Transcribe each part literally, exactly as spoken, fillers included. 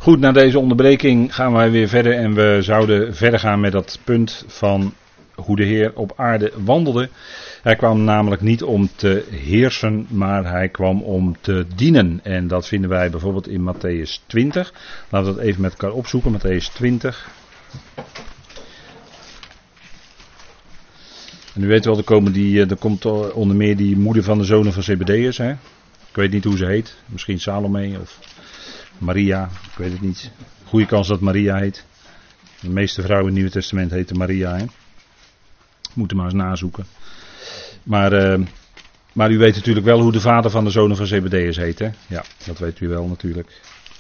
Goed, na deze onderbreking gaan wij weer verder en we zouden verder gaan met dat punt van hoe de Heer op aarde wandelde. Hij kwam namelijk niet om te heersen, maar hij kwam om te dienen. En dat vinden wij bijvoorbeeld in Matthäus twintig. Laten we dat even met elkaar opzoeken, Matthäus twintig. En u weet wel, er, komen die, er komt onder meer die moeder van de zonen van Zebedeus. Hè? Ik weet niet hoe ze heet, misschien Salome of Maria, ik weet het niet. Goede kans dat Maria heet. De meeste vrouwen in het Nieuwe Testament heten Maria. Hè? Moeten maar eens nazoeken. Maar, uh, maar u weet natuurlijk wel hoe de vader van de zonen van Zebedeus heet. Hè? Ja, dat weet u wel natuurlijk.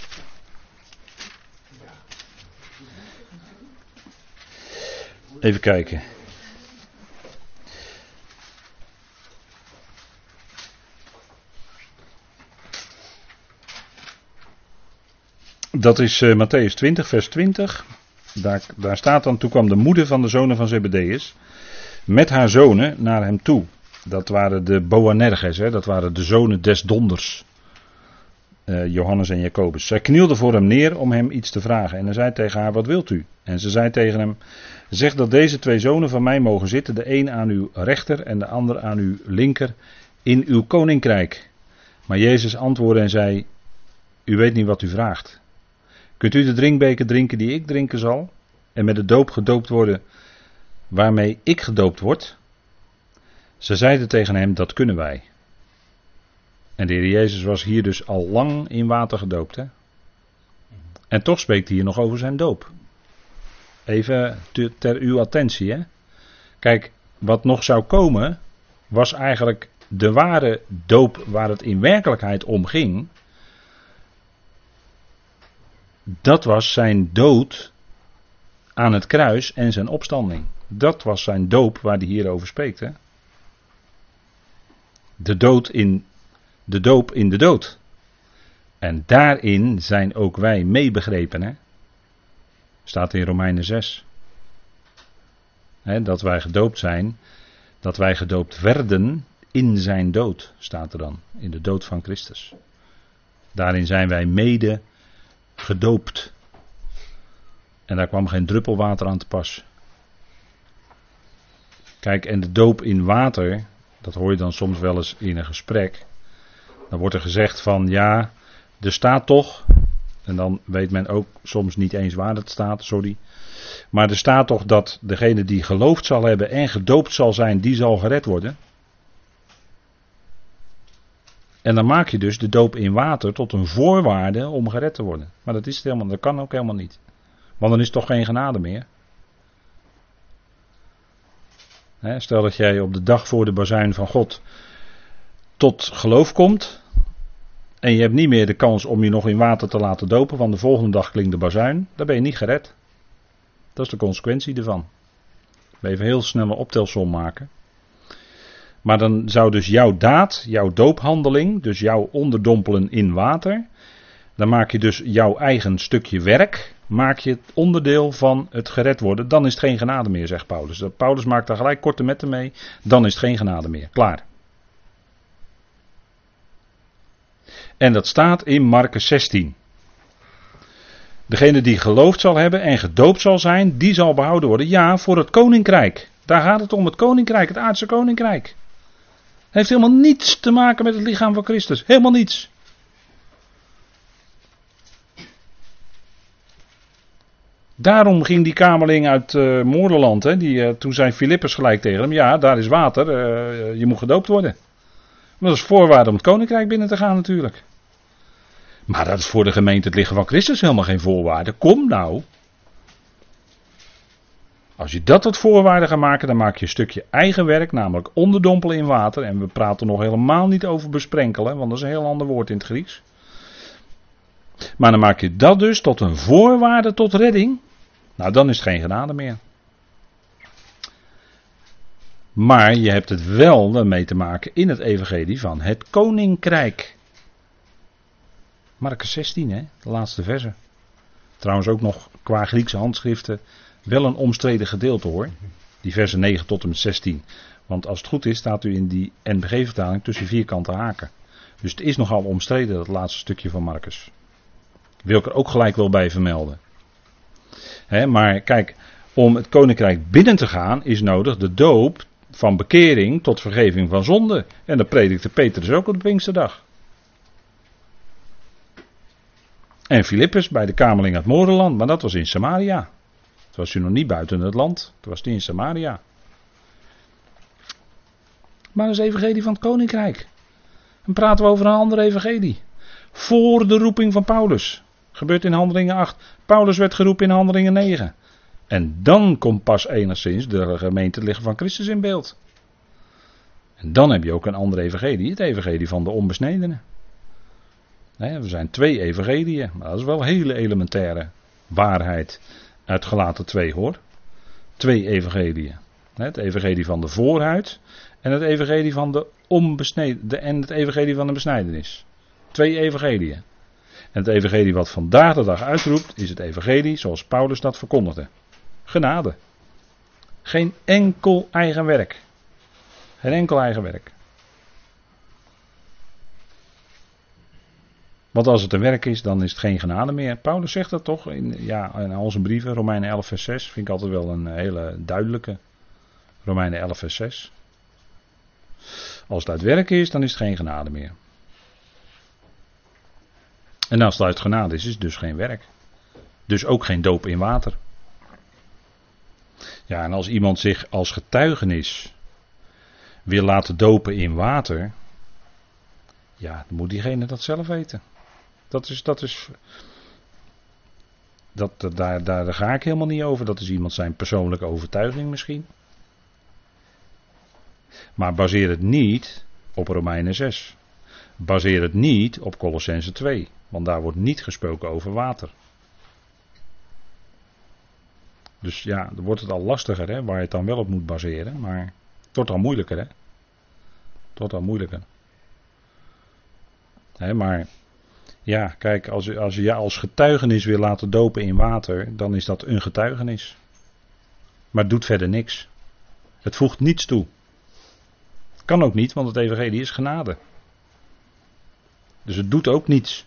Even kijken. Dat is uh, Matthäus twintig, vers twintig. Daar, daar staat dan, toen kwam de moeder van de zonen van Zebedeus met haar zonen naar hem toe. Dat waren de Boanerges, hè, dat waren de zonen des donders. Uh, Johannes en Jacobus. Zij knielden voor hem neer om hem iets te vragen. En hij zei tegen haar, wat wilt u? En ze zei tegen hem, zeg dat deze twee zonen van mij mogen zitten, de een aan uw rechter en de ander aan uw linker, in uw koninkrijk. Maar Jezus antwoordde en zei, u weet niet wat u vraagt. Kunt u de drinkbeker drinken die ik drinken zal? En met de doop gedoopt worden waarmee ik gedoopt word? Ze zeiden tegen hem, dat kunnen wij. En de Heer Jezus was hier dus al lang in water gedoopt. Hè? En toch spreekt hij hier nog over zijn doop. Even ter, ter uw attentie. Hè? Kijk, wat nog zou komen, was eigenlijk de ware doop waar het in werkelijkheid om ging. Dat was zijn dood aan het kruis en zijn opstanding. Dat was zijn doop waar hij hier over spreekt. Hè? De dood in de doop in de dood. En daarin zijn ook wij meebegrepen. Hè? Staat in Romeinen zes. Hè, dat wij gedoopt zijn. Dat wij gedoopt werden in zijn dood. Staat er dan. In de dood van Christus. Daarin zijn wij mede gedoopt. En daar kwam geen druppel water aan te pas. Kijk, en de doop in water, dat hoor je dan soms wel eens in een gesprek. Dan wordt er gezegd van, ja, er staat toch, en dan weet men ook soms niet eens waar het staat, sorry. Maar er staat toch dat degene die geloofd zal hebben en gedoopt zal zijn, die zal gered worden. En dan maak je dus de doop in water tot een voorwaarde om gered te worden. Maar dat is het helemaal, dat kan ook helemaal niet. Want dan is toch geen genade meer. He, stel dat jij op de dag voor de bazuin van God tot geloof komt. En je hebt niet meer de kans om je nog in water te laten dopen. Want de volgende dag klinkt de bazuin. Dan ben je niet gered. Dat is de consequentie ervan. Even heel snel een optelsom maken. Maar dan zou dus jouw daad, jouw doophandeling, dus jouw onderdompelen in water, dan maak je dus jouw eigen stukje werk, maak je het onderdeel van het gered worden. Dan is het geen genade meer, zegt Paulus. Paulus maakt daar gelijk korte metten mee, dan is het geen genade meer. Klaar. En dat staat in Markus zestien. Degene die geloofd zal hebben en gedoopt zal zijn, die zal behouden worden. Ja, voor het koninkrijk. Daar gaat het om, het koninkrijk, het aardse koninkrijk. Het heeft helemaal niets te maken met het lichaam van Christus. Helemaal niets. Daarom ging die kamerling uit uh, Moorland, hè, die, uh, toen zei Filippus gelijk tegen hem, ja, daar is water, uh, je moet gedoopt worden. Maar dat is voorwaarde om het koninkrijk binnen te gaan natuurlijk. Maar dat is voor de gemeente het lichaam van Christus helemaal geen voorwaarde. Kom nou. Als je dat tot voorwaarde gaat maken, dan maak je een stukje eigen werk, namelijk onderdompelen in water. En we praten nog helemaal niet over besprenkelen, want dat is een heel ander woord in het Grieks. Maar dan maak je dat dus tot een voorwaarde tot redding. Nou, dan is het geen genade meer. Maar je hebt het wel mee te maken in het evangelie van het koninkrijk. Markus zestien, hè, de laatste verse. Trouwens ook nog qua Griekse handschriften wel een omstreden gedeelte hoor. Die versen negen tot en met zestien. Want als het goed is staat u in die N B G-vertaling tussen vierkante haken. Dus het is nogal omstreden dat laatste stukje van Markus. Wil ik er ook gelijk wel bij vermelden. He, maar kijk, om het koninkrijk binnen te gaan is nodig de doop van bekering tot vergeving van zonde. En dat predikte Petrus ook op de Pinksterdag. En Filippus bij de kameling uit Moorland, maar dat was in Samaria. Het was nog niet buiten het land, het was in Samaria. Maar dat is evangelie van het koninkrijk. Dan praten we over een andere evangelie. Voor de roeping van Paulus. Gebeurt in Handelingen acht. Paulus werd geroepen in Handelingen negen. En dan komt pas enigszins de gemeente liggen van Christus in beeld. En dan heb je ook een andere evangelie. Het evangelie van de onbesnedenen. Nee, er zijn twee evangeliën. Maar dat is wel een hele elementaire waarheid uit Galaten twee hoor. Twee evangeliën. Het evangelie van de voorhuid. En het evangelie van de onbesneden. En het evangelie van de besnijdenis. Twee evangeliën. En het evangelie wat vandaag de dag uitroept is het evangelie zoals Paulus dat verkondigde. Genade. Geen enkel eigen werk. Geen enkel eigen werk. Want als het een werk is, dan is het geen genade meer. Paulus zegt dat toch in, ja, in al zijn brieven. Romeinen elf vers zes vind ik altijd wel een hele duidelijke. Romeinen elf vers zes. Als het uit werk is, dan is het geen genade meer. En als het uit genade is, is het dus geen werk. Dus ook geen doop in water. Ja, en als iemand zich als getuigenis wil laten dopen in water, ja, dan moet diegene dat zelf weten. Dat is, dat is, dat, dat, daar, daar ga ik helemaal niet over. Dat is iemand zijn persoonlijke overtuiging misschien. Maar baseer het niet op Romeinen zes. Baseer het niet op Kolossenzen twee. Want daar wordt niet gesproken over water. Dus ja, dan wordt het al lastiger hè, waar je het dan wel op moet baseren. Maar het wordt al moeilijker hè. Het wordt al moeilijker. Hè, maar ja, kijk, als je, als je je als getuigenis wil laten dopen in water, dan is dat een getuigenis. Maar het doet verder niks. Het voegt niets toe. Kan ook niet, want het evangelie is genade. Dus het doet ook niets.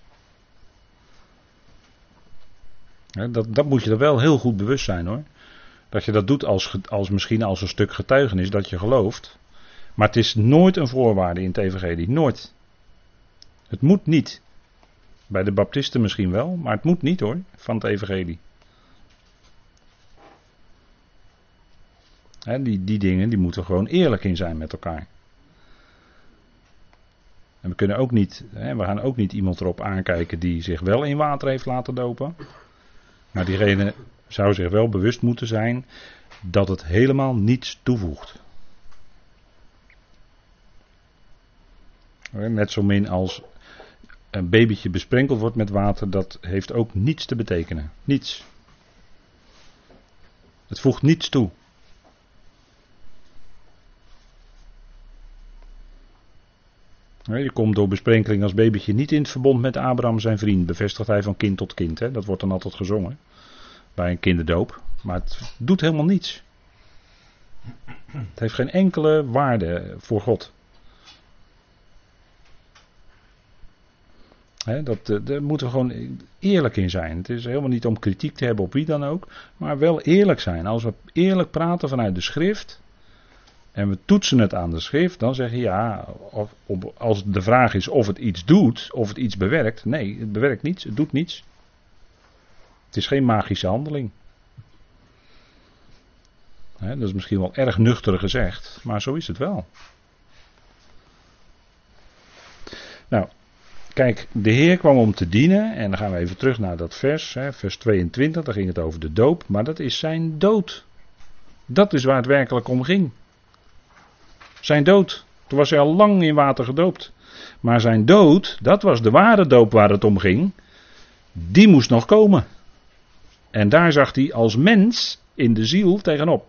Dat, dat moet je er wel heel goed bewust zijn hoor. Dat je dat doet als, als misschien als een stuk getuigenis dat je gelooft. Maar het is nooit een voorwaarde in het evangelie. Nooit. Het moet niet. Bij de baptisten misschien wel, maar het moet niet hoor, van het evangelie. He, die, die dingen die moeten gewoon eerlijk in zijn met elkaar. En we kunnen ook niet, he, we gaan ook niet iemand erop aankijken die zich wel in water heeft laten dopen. Maar diegene zou zich wel bewust moeten zijn dat het helemaal niets toevoegt. Net zo min als een babytje besprenkeld wordt met water, dat heeft ook niets te betekenen. Niets. Het voegt niets toe. Je komt door besprenkeling als babytje niet in het verbond met Abraham zijn vriend, bevestigt hij van kind tot kind. Hè? Dat wordt dan altijd gezongen bij een kinderdoop. Maar het doet helemaal niets. Het heeft geen enkele waarde voor God. He, dat, daar moeten we gewoon eerlijk in zijn. Het is helemaal niet om kritiek te hebben op wie dan ook, maar wel eerlijk zijn. Als we eerlijk praten vanuit de schrift en we toetsen het aan de schrift, dan zeg je ja, of, of, als de vraag is of het iets doet, of het iets bewerkt. Nee, het bewerkt niets, het doet niets. Het is geen magische handeling. He, dat is misschien wel erg nuchter gezegd, maar zo is het wel. Nou, kijk, de Heer kwam om te dienen, en dan gaan we even terug naar dat vers, hè, vers tweeëntwintig, daar ging het over de doop, maar dat is zijn dood. Dat is waar het werkelijk om ging. Zijn dood. Toen was hij al lang in water gedoopt. Maar zijn dood, dat was de ware doop waar het om ging, die moest nog komen. En daar zag hij als mens in de ziel tegenop.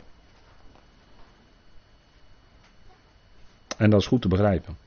En dat is goed te begrijpen.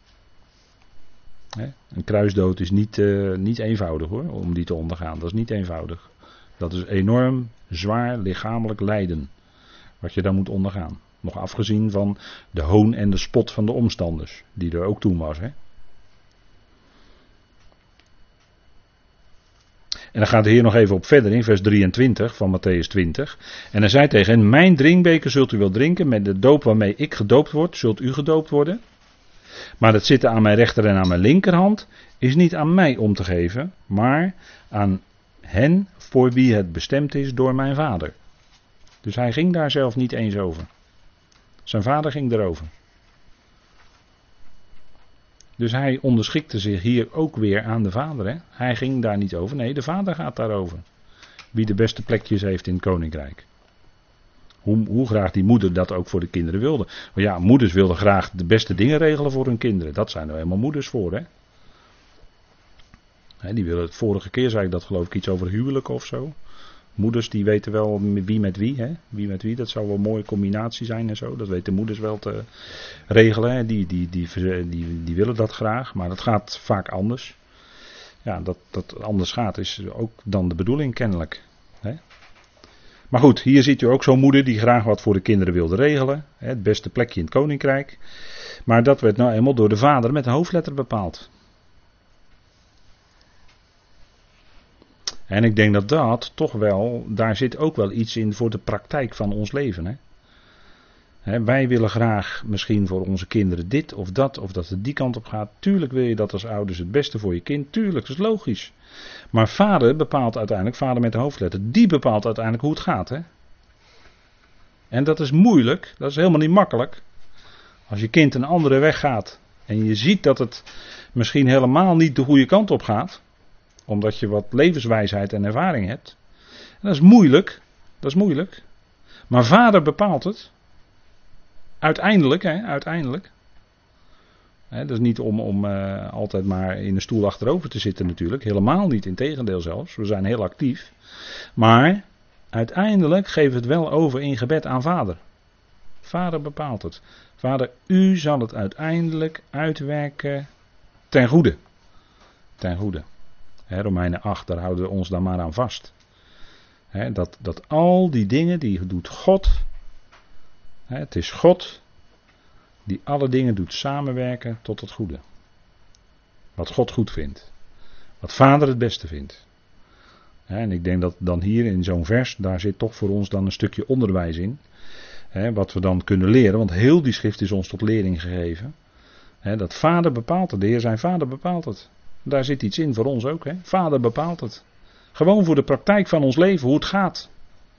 Een kruisdood is niet, uh, niet eenvoudig hoor, om die te ondergaan. Dat is niet eenvoudig. Dat is enorm zwaar lichamelijk lijden. Wat je dan moet ondergaan. Nog afgezien van de hoon en de spot van de omstanders. Die er ook toen was. Hè? En dan gaat de Heer nog even op verder in vers drieëntwintig van Matthäus twintig. En hij zei tegen hen, mijn drinkbeker zult u wel drinken, met de doop waarmee ik gedoopt word, zult u gedoopt worden. Maar het zitten aan mijn rechter en aan mijn linkerhand is niet aan mij om te geven, maar aan hen voor wie het bestemd is door mijn vader. Dus hij ging daar zelf niet eens over. Zijn vader ging erover. Dus hij onderschikte zich hier ook weer aan de vader. Hè? Hij ging daar niet over. Nee, de vader gaat daarover. Wie de beste plekjes heeft in het koninkrijk. Hoe, hoe graag die moeder dat ook voor de kinderen wilde. Maar ja, moeders wilden graag de beste dingen regelen voor hun kinderen. Dat zijn er helemaal moeders voor. Hè? Hè, die willen, vorige keer zei ik dat geloof ik iets over huwelijk of zo. Moeders die weten wel wie met wie, hè? Wie met wie, dat zou wel een mooie combinatie zijn en zo. Dat weten moeders wel te regelen, hè? Die, die, die, die, die willen dat graag, maar dat gaat vaak anders. Ja, dat dat anders gaat is ook dan de bedoeling kennelijk. Hè? Maar goed, hier ziet u ook zo'n moeder die graag wat voor de kinderen wilde regelen. Hè? Het beste plekje in het koninkrijk. Maar dat werd nou eenmaal door de vader met een hoofdletter bepaald. En ik denk dat dat toch wel, daar zit ook wel iets in voor de praktijk van ons leven. Hè? Hè, wij willen graag misschien voor onze kinderen dit of dat, of dat het die kant op gaat. Tuurlijk wil je dat als ouders het beste voor je kind, tuurlijk, dat is logisch. Maar vader bepaalt uiteindelijk, vader met de hoofdletter, die bepaalt uiteindelijk hoe het gaat. Hè? En dat is moeilijk, dat is helemaal niet makkelijk. Als je kind een andere weg gaat en je ziet dat het misschien helemaal niet de goede kant op gaat, omdat je wat levenswijsheid en ervaring hebt. En dat is moeilijk. Dat is moeilijk. Maar vader bepaalt het. Uiteindelijk, hè, uiteindelijk. Hè, dat is niet om, om uh, altijd maar in een stoel achterover te zitten natuurlijk. Helemaal niet, integendeel zelfs. We zijn heel actief. Maar uiteindelijk geven we het wel over in gebed aan vader. Vader bepaalt het. Vader, u zal het uiteindelijk uitwerken ten goede. Ten goede. He, Romeinen acht, daar houden we ons dan maar aan vast. He, dat, dat al die dingen, die doet God. He, het is God die alle dingen doet samenwerken tot het goede. Wat God goed vindt. Wat Vader het beste vindt. He, en ik denk dat dan hier in zo'n vers, daar zit toch voor ons dan een stukje onderwijs in. He, wat we dan kunnen leren, want heel die schrift is ons tot lering gegeven. He, dat Vader bepaalt het, de Heer zijn Vader bepaalt het. Daar zit iets in voor ons ook. Hè? Vader bepaalt het. Gewoon voor de praktijk van ons leven, hoe het gaat.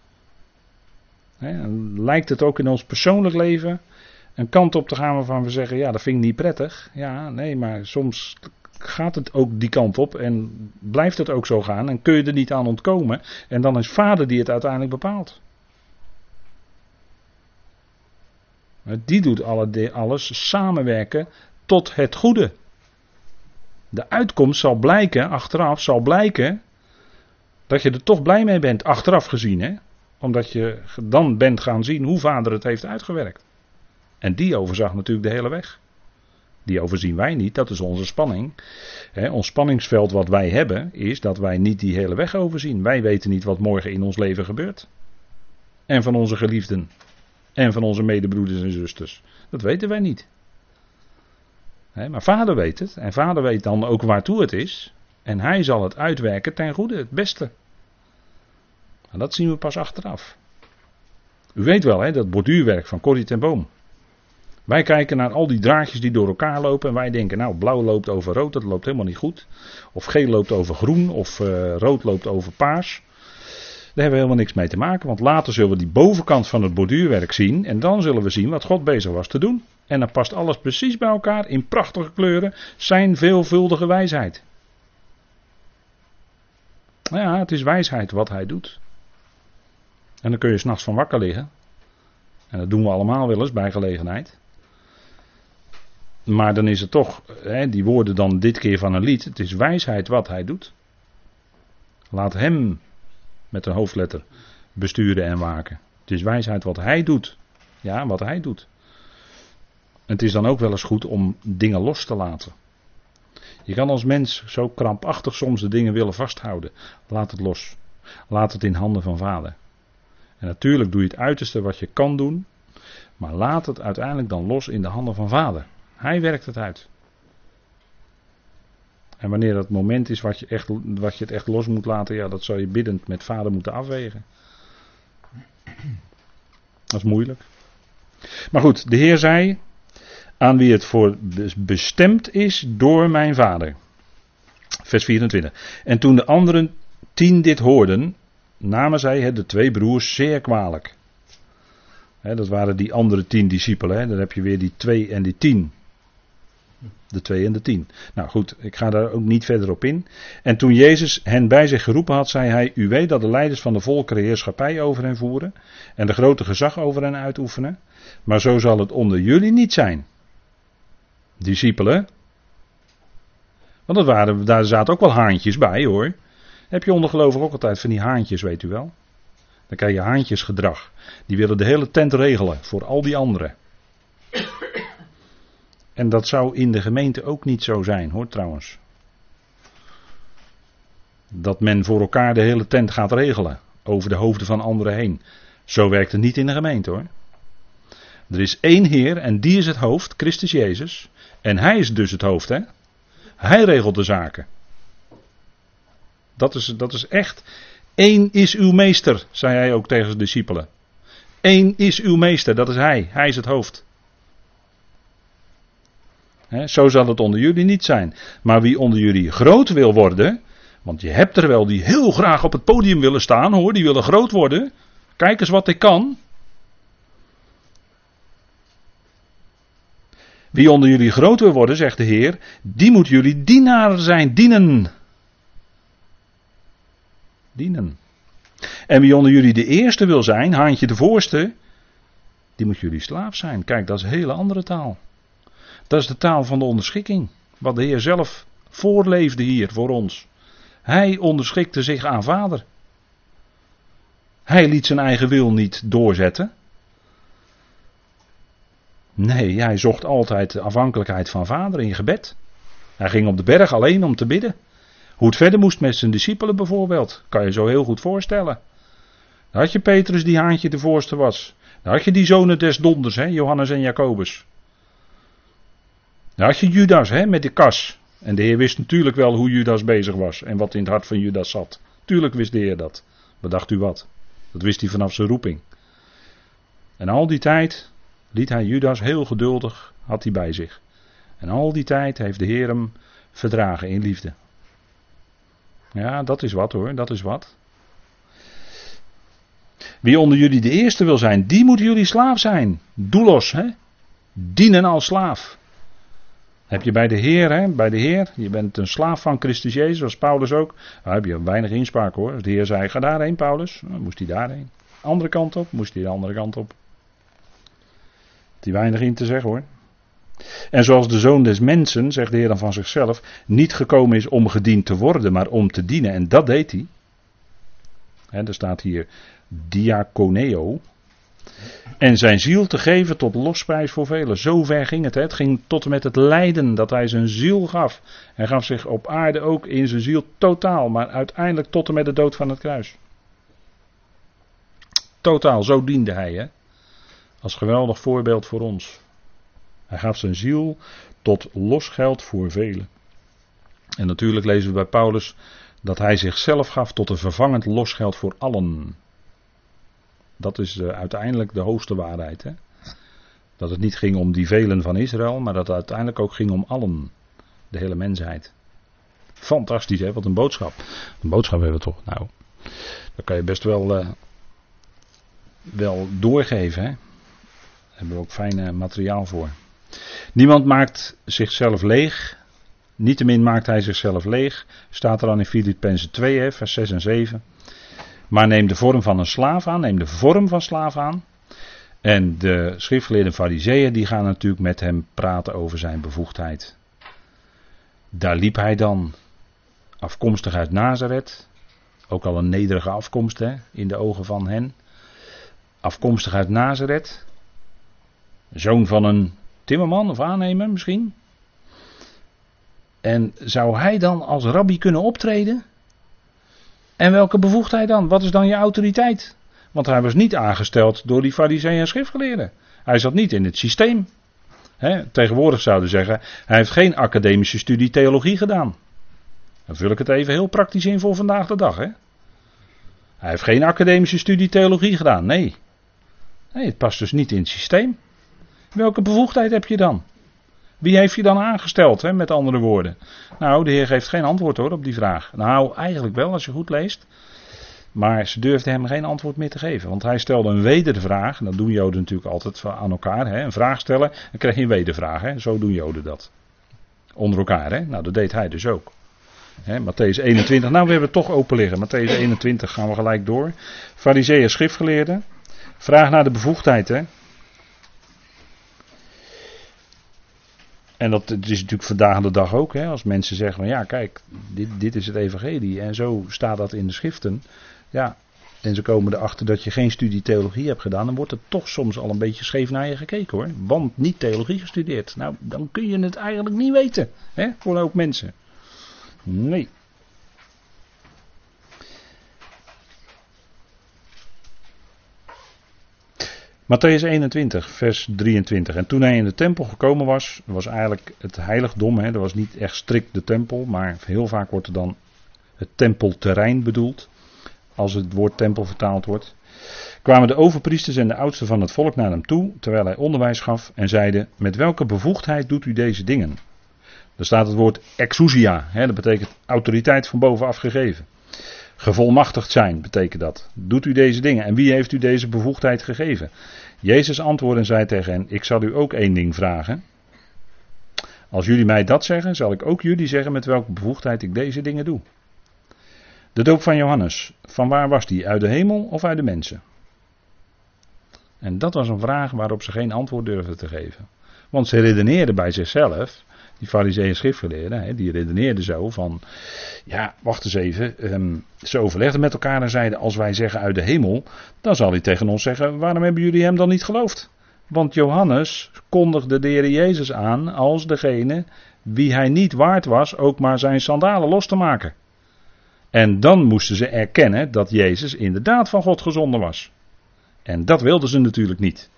Hè? Lijkt het ook in ons persoonlijk leven een kant op te gaan waarvan we zeggen, ja, dat vind ik niet prettig. Ja, nee, maar soms gaat het ook die kant op en blijft het ook zo gaan en kun je er niet aan ontkomen. En dan is Vader die het uiteindelijk bepaalt. Die doet alle, alles samenwerken tot het goede. De uitkomst zal blijken, achteraf zal blijken, dat je er toch blij mee bent, achteraf gezien. Hè? Omdat je dan bent gaan zien hoe vader het heeft uitgewerkt. En die overzag natuurlijk de hele weg. Die overzien wij niet, dat is onze spanning. Hè, ons spanningsveld wat wij hebben, is dat wij niet die hele weg overzien. Wij weten niet wat morgen in ons leven gebeurt. En van onze geliefden. En van onze medebroeders en zusters. Dat weten wij niet. He, maar vader weet het. En vader weet dan ook waartoe het is. En hij zal het uitwerken ten goede, het beste. En dat zien we pas achteraf. U weet wel, hè, dat borduurwerk van Corrie ten Boom. Wij kijken naar al die draadjes die door elkaar lopen. En wij denken, nou, blauw loopt over rood, dat loopt helemaal niet goed. Of geel loopt over groen, of uh, rood loopt over paars. Daar hebben we helemaal niks mee te maken. Want later zullen we die bovenkant van het borduurwerk zien. En dan zullen we zien wat God bezig was te doen. En dan past alles precies bij elkaar in prachtige kleuren. Zijn veelvuldige wijsheid. Ja, het is wijsheid wat hij doet. En dan kun je 's nachts van wakker liggen. En dat doen we allemaal wel eens bij gelegenheid. Maar dan is het toch, hè, die woorden dan dit keer van een lied. Het is wijsheid wat hij doet. Laat hem met een hoofdletter besturen en waken. Het is wijsheid wat hij doet. Ja, wat hij doet. Het is dan ook wel eens goed om dingen los te laten. Je kan als mens zo krampachtig soms de dingen willen vasthouden. Laat het los. Laat het in handen van vader. En natuurlijk doe je het uiterste wat je kan doen. Maar laat het uiteindelijk dan los in de handen van vader. Hij werkt het uit. En wanneer dat moment is wat je, echt, wat je het echt los moet laten, ja, dat zal je biddend met Vader moeten afwegen. Dat is moeilijk. Maar goed, de Heer zei, aan wie het voor bestemd is door mijn Vader. Vers vierentwintig. En toen de anderen tien dit hoorden, namen zij het de twee broers zeer kwalijk. He, dat waren die andere tien discipelen. He. Dan heb je weer die twee en die tien. De twee en de tien. Nou goed, ik ga daar ook niet verder op in. En toen Jezus hen bij zich geroepen had, zei hij, u weet dat de leiders van de volkeren heerschappij over hen voeren en de grote gezag over hen uitoefenen. Maar zo zal het onder jullie niet zijn. Discipelen. Want dat waren, daar zaten ook wel haantjes bij hoor. Heb je ondergelovig ook altijd van die haantjes, weet u wel. Dan krijg je haantjesgedrag. Die willen de hele tent regelen voor al die anderen. En dat zou in de gemeente ook niet zo zijn, hoor trouwens. Dat men voor elkaar de hele tent gaat regelen. Over de hoofden van anderen heen. Zo werkt het niet in de gemeente, hoor. Er is één Heer en die is het hoofd, Christus Jezus. En Hij is dus het hoofd, hè. Hij regelt de zaken. Dat is, dat is echt. Eén is uw meester, zei hij ook tegen zijn discipelen. Eén is uw meester, dat is Hij. Hij is het hoofd. He, zo zal het onder jullie niet zijn. Maar wie onder jullie groot wil worden, want je hebt er wel die heel graag op het podium willen staan, hoor, die willen groot worden. Kijk eens wat ik kan. Wie onder jullie groot wil worden, zegt de Heer, die moet jullie dienaar zijn, dienen. Dienen. En wie onder jullie de eerste wil zijn, haantje de voorste, die moet jullie slaaf zijn. Kijk, dat is een hele andere taal. Dat is de taal van de onderschikking. Wat de Heer zelf voorleefde hier voor ons. Hij onderschikte zich aan Vader. Hij liet zijn eigen wil niet doorzetten. Nee, hij zocht altijd de afhankelijkheid van Vader in gebed. Hij ging op de berg alleen om te bidden. Hoe het verder moest met zijn discipelen bijvoorbeeld, kan je zo heel goed voorstellen. Dan had je Petrus die haantje de voorste was. Dan had je die zonen des donders, hè, Johannes en Jacobus. Dan had je Judas, hè, met de kas. En de Heer wist natuurlijk wel hoe Judas bezig was en wat in het hart van Judas zat. Tuurlijk wist de Heer dat. Bedacht u wat? Dat wist hij vanaf zijn roeping. En al die tijd liet hij Judas heel geduldig, had hij bij zich. En al die tijd heeft de Heer hem verdragen in liefde. Ja, dat is wat hoor, dat is wat. Wie onder jullie de eerste wil zijn, die moet jullie slaaf zijn. Doulos, hè? Dienen als slaaf. Heb je bij de Heer, hè? Bij de Heer, je bent een slaaf van Christus Jezus, zoals Paulus ook. Daar heb je weinig inspraak hoor. Als de Heer zei, ga daarheen Paulus, dan moest hij daarheen. Andere kant op, moest hij de andere kant op. Had hij weinig in te zeggen hoor. En zoals de Zoon des Mensen, zegt de Heer dan van zichzelf, niet gekomen is om gediend te worden, maar om te dienen. En dat deed hij. He, er staat hier diaconeo. En zijn ziel te geven tot losprijs voor velen. Zo ver ging het. He. Het ging tot en met het lijden dat hij zijn ziel gaf. Hij gaf zich op aarde ook in zijn ziel totaal, maar uiteindelijk tot en met de dood van het kruis. Totaal, zo diende hij. He. Als geweldig voorbeeld voor ons. Hij gaf zijn ziel tot losgeld voor velen. En natuurlijk lezen we bij Paulus dat hij zichzelf gaf tot een vervangend losgeld voor allen. Dat is uh, uiteindelijk de hoogste waarheid. Hè? Dat het niet ging om die velen van Israël, maar dat het uiteindelijk ook ging om allen. De hele mensheid. Fantastisch hè, wat een boodschap. Een boodschap hebben we toch, nou. Dat kan je best wel, uh, wel doorgeven. Hè? Daar hebben we ook fijn uh, materiaal voor. Niemand maakt zichzelf leeg. Niettemin maakt hij zichzelf leeg. Staat er dan in Filippenzen twee, hè, vers zes en zeven. Maar neem de vorm van een slaaf aan. Neem de vorm van slaaf aan. En de schriftgeleerde farizeeën die gaan natuurlijk met hem praten over zijn bevoegdheid. Daar liep hij dan afkomstig uit Nazareth. Ook al een nederige afkomst hè, in de ogen van hen. Afkomstig uit Nazareth. Zoon van een timmerman of aannemer misschien. En zou hij dan als rabbi kunnen optreden? En welke bevoegdheid dan? Wat is dan je autoriteit? Want hij was niet aangesteld door die farizeeën en schriftgeleerden. Hij zat niet in het systeem. He, tegenwoordig zouden zeggen, hij heeft geen academische studie theologie gedaan. Dan vul ik het even heel praktisch in voor vandaag de dag. Hè? Hij heeft geen academische studie theologie gedaan, nee. Nee, het past dus niet in het systeem. Welke bevoegdheid heb je dan? Wie heeft je dan aangesteld, hè, met andere woorden? Nou, de Heer geeft geen antwoord hoor op die vraag. Nou, eigenlijk wel als je goed leest. Maar ze durfden hem geen antwoord meer te geven. Want hij stelde een wedervraag. En dat doen Joden natuurlijk altijd aan elkaar. Hè, een vraag stellen, dan krijg je een wedervraag. Hè. Zo doen Joden dat. Onder elkaar. Hè. Nou, dat deed hij dus ook. Hè, Mattheüs eenentwintig. Nou, we hebben het toch open liggen. Mattheüs eenentwintig gaan we gelijk door. Farizeeën, schriftgeleerden. Vraag naar de bevoegdheid. Hè. En dat is natuurlijk vandaag de dag ook. Hè, als mensen zeggen van ja kijk, dit, dit is het evangelie. En zo staat dat in de schriften. Ja, en ze komen erachter dat je geen studie theologie hebt gedaan. Dan wordt er toch soms al een beetje scheef naar je gekeken hoor. Want niet theologie gestudeerd. Nou, dan kun je het eigenlijk niet weten. Hè, voor een hoop mensen. Nee. Mattheüs eenentwintig, vers drieëntwintig. En toen hij in de tempel gekomen was, was eigenlijk het heiligdom, hè, dat was niet echt strikt de tempel, maar heel vaak wordt er dan het tempelterrein bedoeld, als het woord tempel vertaald wordt. Kwamen de overpriesters en de oudsten van het volk naar hem toe, terwijl hij onderwijs gaf, en zeiden, met welke bevoegdheid doet u deze dingen? Er staat het woord exousia, hè, dat betekent autoriteit van bovenaf gegeven. Gevolmachtigd zijn, betekent dat. Doet u deze dingen? En wie heeft u deze bevoegdheid gegeven? Jezus antwoordde en zei tegen hen, ik zal u ook één ding vragen. Als jullie mij dat zeggen, zal ik ook jullie zeggen met welke bevoegdheid ik deze dingen doe. De doop van Johannes, van waar was die? Uit de hemel of uit de mensen? En dat was een vraag waarop ze geen antwoord durfden te geven. Want ze redeneerden bij zichzelf. Die farizeeën schriftgeleerden, die redeneerden zo van, ja, wacht eens even, um, ze overlegden met elkaar en zeiden, als wij zeggen uit de hemel, dan zal hij tegen ons zeggen, waarom hebben jullie hem dan niet geloofd? Want Johannes kondigde de Heer Jezus aan als degene wie hij niet waard was, ook maar zijn sandalen los te maken. En dan moesten ze erkennen dat Jezus inderdaad van God gezonden was. En dat wilden ze natuurlijk niet.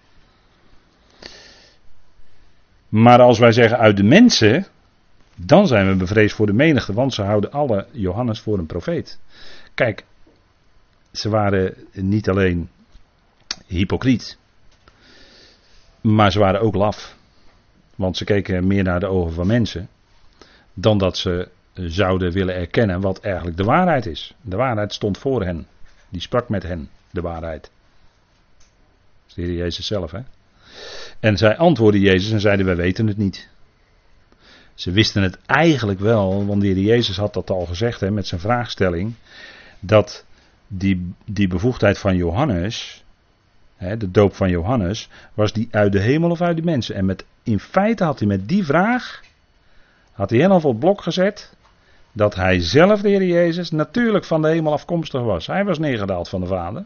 Maar als wij zeggen uit de mensen, dan zijn we bevreesd voor de menigte, want ze houden alle Johannes voor een profeet. Kijk, ze waren niet alleen hypocriet, maar ze waren ook laf. Want ze keken meer naar de ogen van mensen, dan dat ze zouden willen erkennen wat eigenlijk de waarheid is. De waarheid stond voor hen, die sprak met hen, de waarheid. Dat is de Heer Jezus zelf, hè. En zij antwoordden Jezus en zeiden, wij weten het niet. Ze wisten het eigenlijk wel, want de Heer Jezus had dat al gezegd hè, met zijn vraagstelling, dat die, die bevoegdheid van Johannes, hè, de doop van Johannes, was die uit de hemel of uit de mensen. En met, in feite had hij met die vraag, had hij hen al voor het blok gezet, dat hij zelf, de Heer Jezus, natuurlijk van de hemel afkomstig was. Hij was neergedaald van de Vader.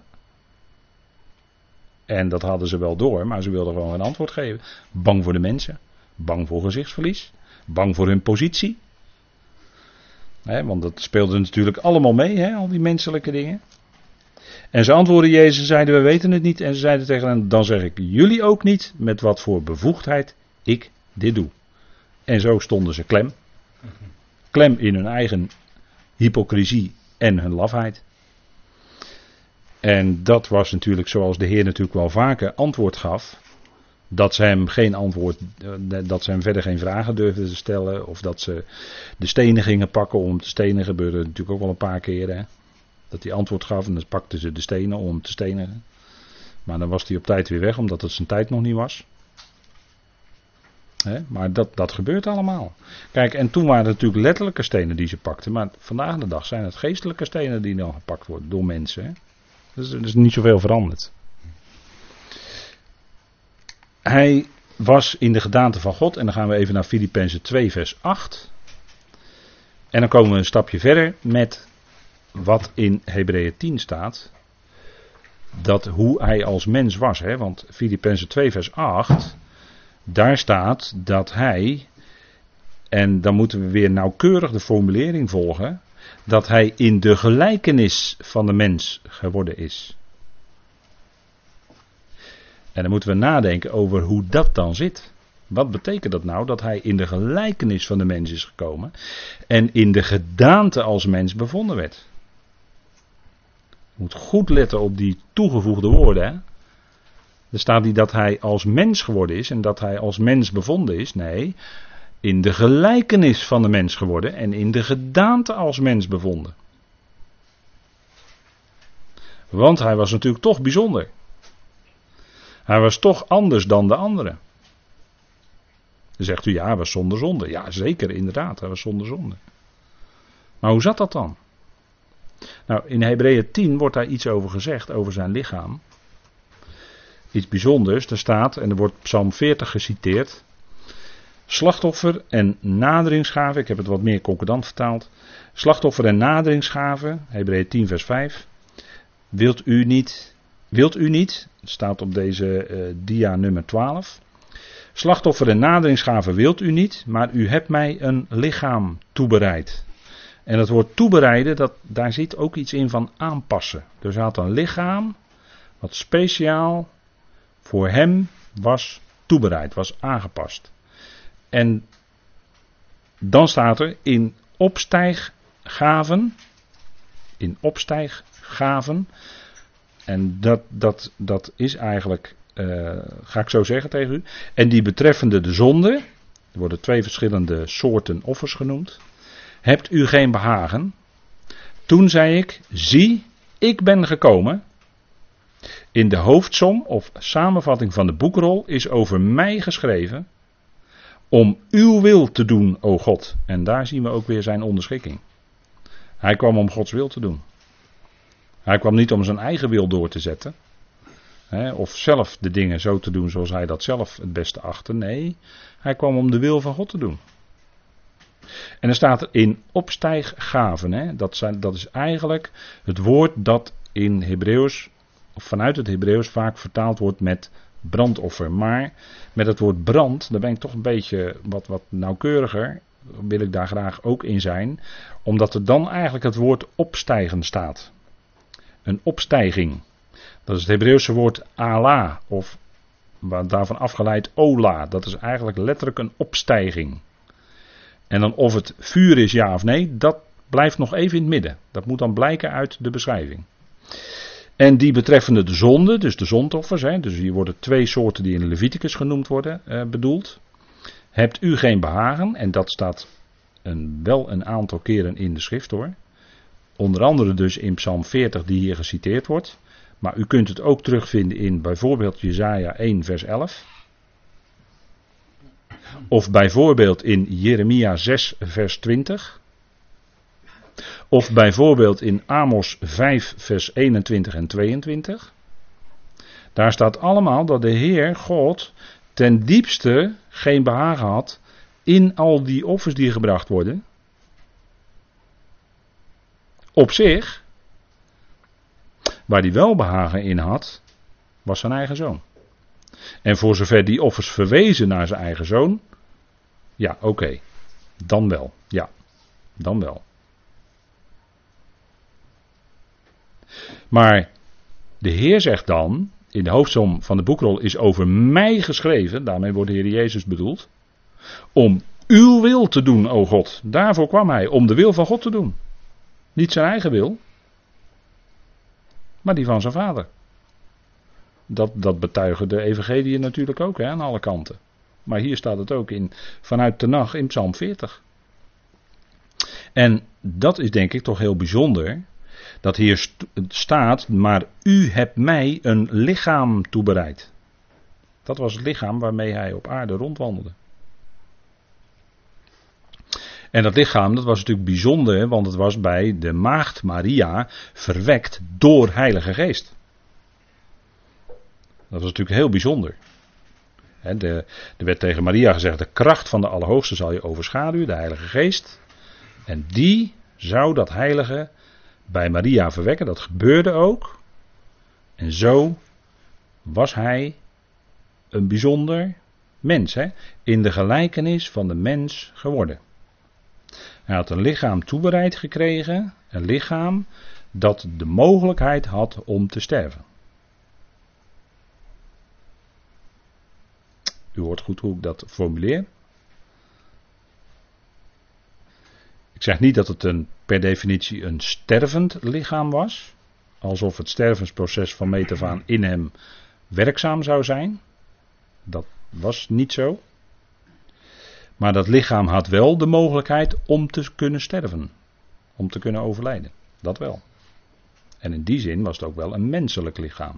En dat hadden ze wel door, maar ze wilden gewoon een antwoord geven. Bang voor de mensen, bang voor gezichtsverlies, bang voor hun positie. He, want dat speelde natuurlijk allemaal mee, he, al die menselijke dingen. En ze antwoordden Jezus en zeiden, we weten het niet. En ze zeiden tegen hen, dan zeg ik jullie ook niet met wat voor bevoegdheid ik dit doe. En zo stonden ze klem. Klem in hun eigen hypocrisie en hun lafheid. En dat was natuurlijk zoals de Heer natuurlijk wel vaker antwoord gaf. Dat ze hem geen antwoord, dat ze hem verder geen vragen durfden te stellen. Of dat ze de stenen gingen pakken om te stenen. Gebeurde natuurlijk ook wel een paar keren. Hè? Dat hij antwoord gaf en dan pakten ze de stenen om hem te stenigen. Maar dan was hij op tijd weer weg omdat het zijn tijd nog niet was. Hè? Maar dat, dat gebeurt allemaal. Kijk, en toen waren het natuurlijk letterlijke stenen die ze pakten. Maar vandaag de dag zijn het geestelijke stenen die dan gepakt worden door mensen. Hè? Dus er is niet zoveel veranderd. Hij was in de gedaante van God. En dan gaan we even naar Filippenzen twee vers acht. En dan komen we een stapje verder met wat in Hebreeën tien staat. Dat hoe hij als mens was. Hè? Want Filippenzen twee vers acht. Daar staat dat hij. En dan moeten we weer nauwkeurig de formulering volgen. Dat hij in de gelijkenis van de mens geworden is. En dan moeten we nadenken over hoe dat dan zit. Wat betekent dat nou? Dat hij in de gelijkenis van de mens is gekomen en in de gedaante als mens bevonden werd. Je moet goed letten op die toegevoegde woorden. Hè? Er staat niet dat hij als mens geworden is en dat hij als mens bevonden is. Nee, in de gelijkenis van de mens geworden en in de gedaante als mens bevonden. Want hij was natuurlijk toch bijzonder. Hij was toch anders dan de anderen. Dan zegt u, ja, hij was zonder zonde. Ja, zeker, inderdaad, hij was zonder zonde. Maar hoe zat dat dan? Nou, in Hebreeën tien wordt daar iets over gezegd, over zijn lichaam. Iets bijzonders, er staat, en er wordt Psalm veertig geciteerd. Slachtoffer en naderingsgave, ik heb het wat meer concordant vertaald. Slachtoffer en naderingsgave, Hebreeën tien vers vijf. Wilt u niet, wilt u niet, het staat op deze uh, dia nummer twaalf. Slachtoffer en naderingsgave wilt u niet, maar u hebt mij een lichaam toebereid. En het woord toebereiden, dat, daar zit ook iets in van aanpassen. Dus hij had een lichaam wat speciaal voor hem was toebereid, was aangepast. En dan staat er in opstijggaven, in opstijggaven, en dat, dat, dat is eigenlijk, uh, ga ik zo zeggen tegen u, en die betreffende de zonde, er worden twee verschillende soorten offers genoemd, hebt u geen behagen? Toen zei ik, zie, ik ben gekomen. In de hoofdsom of samenvatting van de boekrol is over mij geschreven, om uw wil te doen, o God. En daar zien we ook weer zijn onderschikking. Hij kwam om Gods wil te doen. Hij kwam niet om zijn eigen wil door te zetten. Hè, of zelf de dingen zo te doen zoals hij dat zelf het beste achtte. Nee, hij kwam om de wil van God te doen. En er staat er in opstijggaven. Hè, dat, zijn, dat is eigenlijk het woord dat in Hebreeuws, of vanuit het Hebreeuws vaak vertaald wordt met brandoffer. Maar met het woord brand, daar ben ik toch een beetje wat, wat nauwkeuriger, wil ik daar graag ook in zijn. Omdat er dan eigenlijk het woord opstijgen staat. Een opstijging. Dat is het Hebreeuwse woord ala, of daarvan afgeleid ola. Dat is eigenlijk letterlijk een opstijging. En dan of het vuur is ja of nee, dat blijft nog even in het midden. Dat moet dan blijken uit de beschrijving. En die betreffende de zonde, dus de zondoffers, hè, dus hier worden twee soorten die in Leviticus genoemd worden eh, bedoeld. Hebt u geen behagen, en dat staat een, wel een aantal keren in de schrift hoor. Onder andere dus in Psalm veertig die hier geciteerd wordt. Maar u kunt het ook terugvinden in bijvoorbeeld Jesaja één vers elf. Of bijvoorbeeld in Jeremia zes vers twintig. Of bijvoorbeeld in Amos vijf vers eenentwintig en tweeëntwintig. Daar staat allemaal dat de Heer God ten diepste geen behagen had in al die offers die gebracht worden. Op zich, waar hij wel behagen in had, was zijn eigen zoon. En voor zover die offers verwezen naar zijn eigen zoon, ja oké, okay, dan wel, ja, dan wel. Maar de Heer zegt dan, in de hoofdsom van de boekrol is over mij geschreven, daarmee wordt de Heer Jezus bedoeld, om uw wil te doen, o God. Daarvoor kwam hij, om de wil van God te doen. Niet zijn eigen wil, maar die van zijn vader. Dat, dat betuigen de evangeliën natuurlijk ook hè, aan alle kanten. Maar hier staat het ook in, vanuit Tenach in Psalm veertig. En dat is denk ik toch heel bijzonder. Dat hier st- staat, maar u hebt mij een lichaam toebereid. Dat was het lichaam waarmee hij op aarde rondwandelde. En dat lichaam, dat was natuurlijk bijzonder, want het was bij de maagd Maria verwekt door Heilige Geest. Dat was natuurlijk heel bijzonder. He, de, er werd tegen Maria gezegd, de kracht van de Allerhoogste zal je overschaduwen, de Heilige Geest. En die zou dat heilige bij Maria verwekken, dat gebeurde ook. En zo was hij een bijzonder mens, he, in de gelijkenis van de mens geworden. Hij had een lichaam toebereid gekregen, een lichaam dat de mogelijkheid had om te sterven. U hoort goed hoe ik dat formuleer. Ik zeg niet dat het een, per definitie een stervend lichaam was. Alsof het stervensproces van meet af aan in hem werkzaam zou zijn. Dat was niet zo. Maar dat lichaam had wel de mogelijkheid om te kunnen sterven. Om te kunnen overlijden. Dat wel. En in die zin was het ook wel een menselijk lichaam.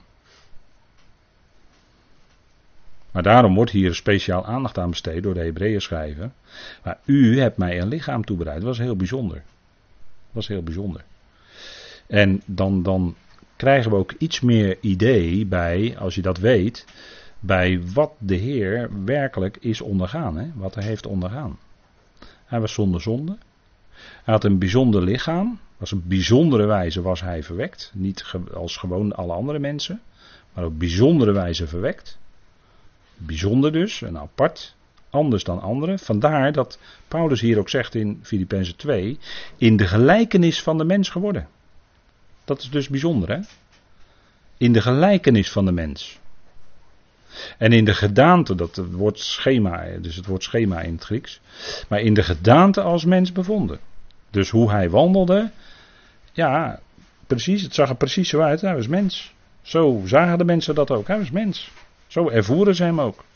Maar daarom wordt hier speciaal aandacht aan besteed door de Hebreeën schrijver. Maar u hebt mij een lichaam toebereid. Dat was heel bijzonder. Dat was heel bijzonder. En dan, dan krijgen we ook iets meer idee bij, als je dat weet, bij wat de Heer werkelijk is ondergaan. Hè? Wat hij heeft ondergaan. Hij was zonder zonde. Hij had een bijzonder lichaam. Was een bijzondere wijze was hij verwekt. Niet ge- als gewoon alle andere mensen. Maar op bijzondere wijze verwekt. Bijzonder dus, en apart, anders dan anderen. Vandaar dat Paulus hier ook zegt in Filippenzen twee, in de gelijkenis van de mens geworden. Dat is dus bijzonder, hè? In de gelijkenis van de mens. En in de gedaante, dat wordt schema, dus het woord schema in het Grieks, maar in de gedaante als mens bevonden. Dus hoe hij wandelde, ja, precies, het zag er precies zo uit, hij was mens. Zo zagen de mensen dat ook, hij was mens. Zo ervoeren ze hem ook.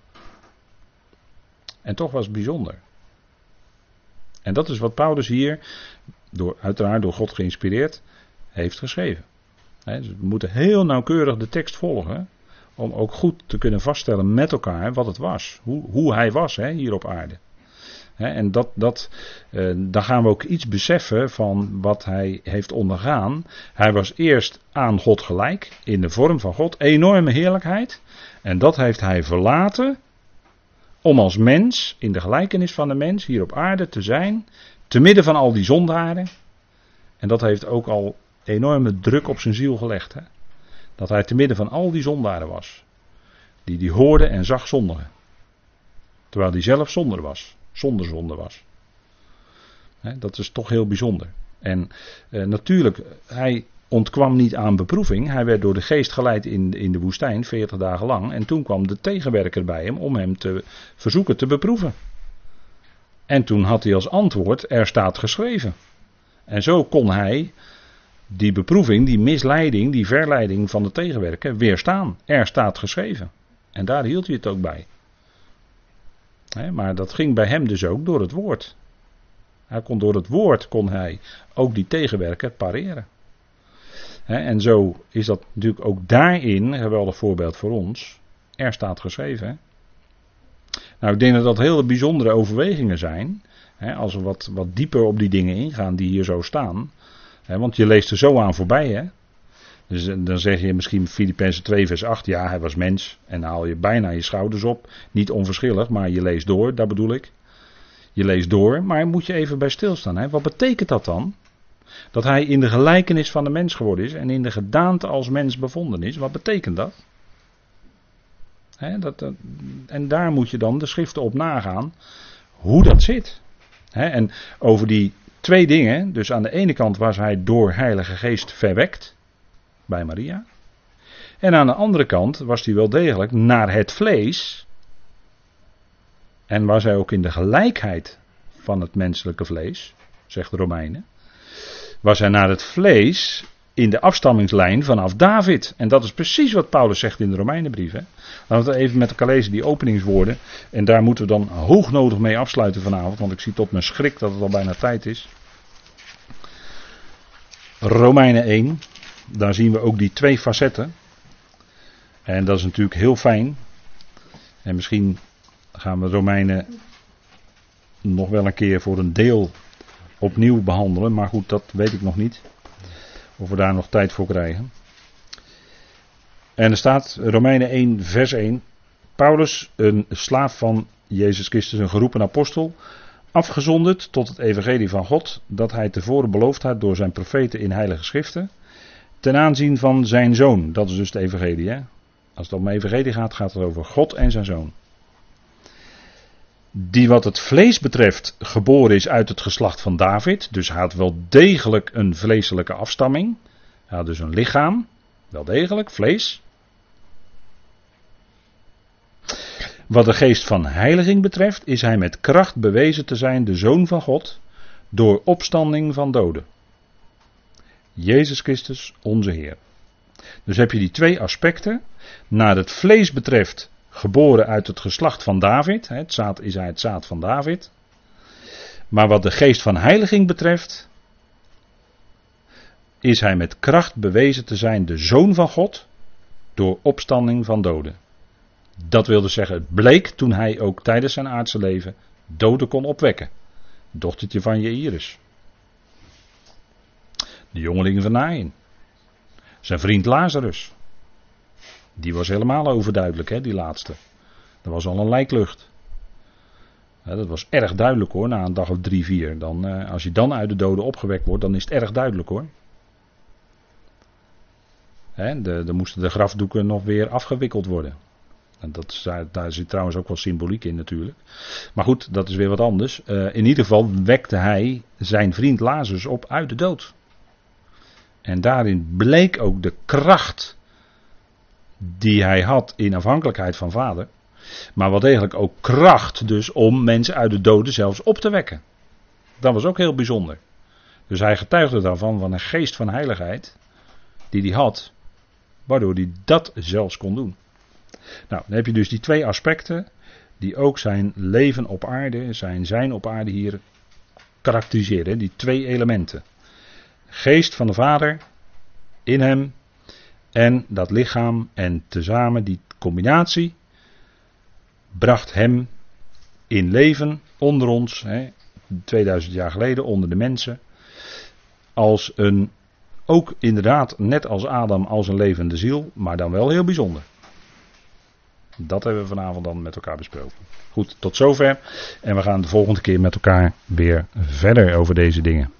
En toch was het bijzonder. En dat is wat Paulus hier, door, uiteraard door God geïnspireerd, heeft geschreven. He, dus we moeten heel nauwkeurig de tekst volgen, om ook goed te kunnen vaststellen met elkaar wat het was. Hoe, hoe hij was he, hier op aarde. He, en dat, dat, eh, dan gaan we ook iets beseffen van wat hij heeft ondergaan. Hij was eerst aan God gelijk, in de vorm van God, enorme heerlijkheid. En dat heeft hij verlaten om als mens, in de gelijkenis van de mens, hier op aarde te zijn, te midden van al die zondaren. En dat heeft ook al enorme druk op zijn ziel gelegd. Hè? Dat hij te midden van al die zondaren was. Die die hoorde en zag zondigen. Terwijl hij zelf zonder was. Zonder zonde was. Hè, dat is toch heel bijzonder. En eh, natuurlijk, hij ontkwam niet aan beproeving. Hij werd door de geest geleid in, in de woestijn, veertig dagen lang. En toen kwam de tegenwerker bij hem om hem te verzoeken te beproeven. En toen had hij als antwoord, er staat geschreven. En zo kon hij die beproeving, die misleiding, die verleiding van de tegenwerker weerstaan. Er staat geschreven. En daar hield hij het ook bij. He, maar dat ging bij hem dus ook door het woord. Hij kon door het woord kon hij ook die tegenwerker pareren. He, en zo is dat natuurlijk ook daarin een geweldig voorbeeld voor ons. Er staat geschreven. He. Nou, ik denk dat dat hele bijzondere overwegingen zijn. He, als we wat, wat dieper op die dingen ingaan die hier zo staan. He, want je leest er zo aan voorbij. Hè? Dus dan zeg je misschien Filippenzen twee vers acht. Ja, hij was mens. En dan haal je bijna je schouders op. Niet onverschillig, maar je leest door. Dat bedoel ik. Je leest door, maar moet je even bij stilstaan. Hè? Wat betekent dat dan? Dat hij in de gelijkenis van de mens geworden is. En in de gedaante als mens bevonden is. Wat betekent dat? He, dat, dat en daar moet je dan de schriften op nagaan. Hoe dat zit. He, en over die twee dingen. Dus aan de ene kant was hij door Heilige Geest verwekt. Bij Maria. En aan de andere kant was hij wel degelijk naar het vlees. En was hij ook in de gelijkheid van het menselijke vlees. Zegt de Romeinen. Was hij naar het vlees in de afstammingslijn vanaf David. En dat is precies wat Paulus zegt in de Romeinenbrief. Hè. Laten we even met elkaar lezen die openingswoorden. En daar moeten we dan hoognodig mee afsluiten vanavond. Want ik zie tot mijn schrik dat het al bijna tijd is. Romeinen één. Daar zien we ook die twee facetten. En dat is natuurlijk heel fijn. En misschien gaan we Romeinen nog wel een keer voor een deel opnieuw behandelen. Maar goed, dat weet ik nog niet. Of we daar nog tijd voor krijgen. En er staat Romeinen één vers één. Paulus, een slaaf van Jezus Christus, een geroepen apostel. Afgezonderd tot het evangelie van God. Dat hij tevoren beloofd had door zijn profeten in heilige schriften. Ten aanzien van zijn zoon. Dat is dus het evangelie. Hè? Als het om evangelie gaat, gaat het over God en zijn zoon. Die wat het vlees betreft geboren is uit het geslacht van David. Dus hij had wel degelijk een vleeselijke afstamming. Hij had dus een lichaam. Wel degelijk, vlees. Wat de geest van heiliging betreft, is hij met kracht bewezen te zijn de Zoon van God, door opstanding van doden. Jezus Christus, onze Heer. Dus heb je die twee aspecten. Naar het vlees betreft, geboren uit het geslacht van David. Het zaad is hij het zaad van David. Maar wat de geest van heiliging betreft, is hij met kracht bewezen te zijn de Zoon van God, door opstanding van doden. Dat wil dus zeggen, het bleek toen hij ook tijdens zijn aardse leven doden kon opwekken. Dochtertje van Jairus. De jongeling van Naïn. Zijn vriend Lazarus. Die was helemaal overduidelijk, hè, die laatste. Dat was al een lijklucht. Ja, dat was erg duidelijk hoor, na een dag of drie, vier. Dan, eh, als je dan uit de doden opgewekt wordt, dan is het erg duidelijk hoor. Hè, de, dan moesten de grafdoeken nog weer afgewikkeld worden. En dat is, daar zit trouwens ook wel symboliek in natuurlijk. Maar goed, dat is weer wat anders. Uh, in ieder geval wekte hij zijn vriend Lazarus op uit de dood. En daarin bleek ook de kracht die hij had in afhankelijkheid van Vader. Maar wel degelijk ook kracht dus om mensen uit de doden zelfs op te wekken. Dat was ook heel bijzonder. Dus hij getuigde daarvan van een geest van heiligheid die hij had. Waardoor hij dat zelfs kon doen. Nou, dan heb je dus die twee aspecten die ook zijn leven op aarde, zijn zijn op aarde hier karakteriseren. Die twee elementen. Geest van de Vader in hem en dat lichaam en tezamen die combinatie bracht hem in leven onder ons, hè, tweeduizend jaar geleden onder de mensen, als een, ook inderdaad net als Adam als een levende ziel, maar dan wel heel bijzonder. Dat hebben we vanavond dan met elkaar besproken. Goed, tot zover. En we gaan de volgende keer met elkaar weer verder over deze dingen.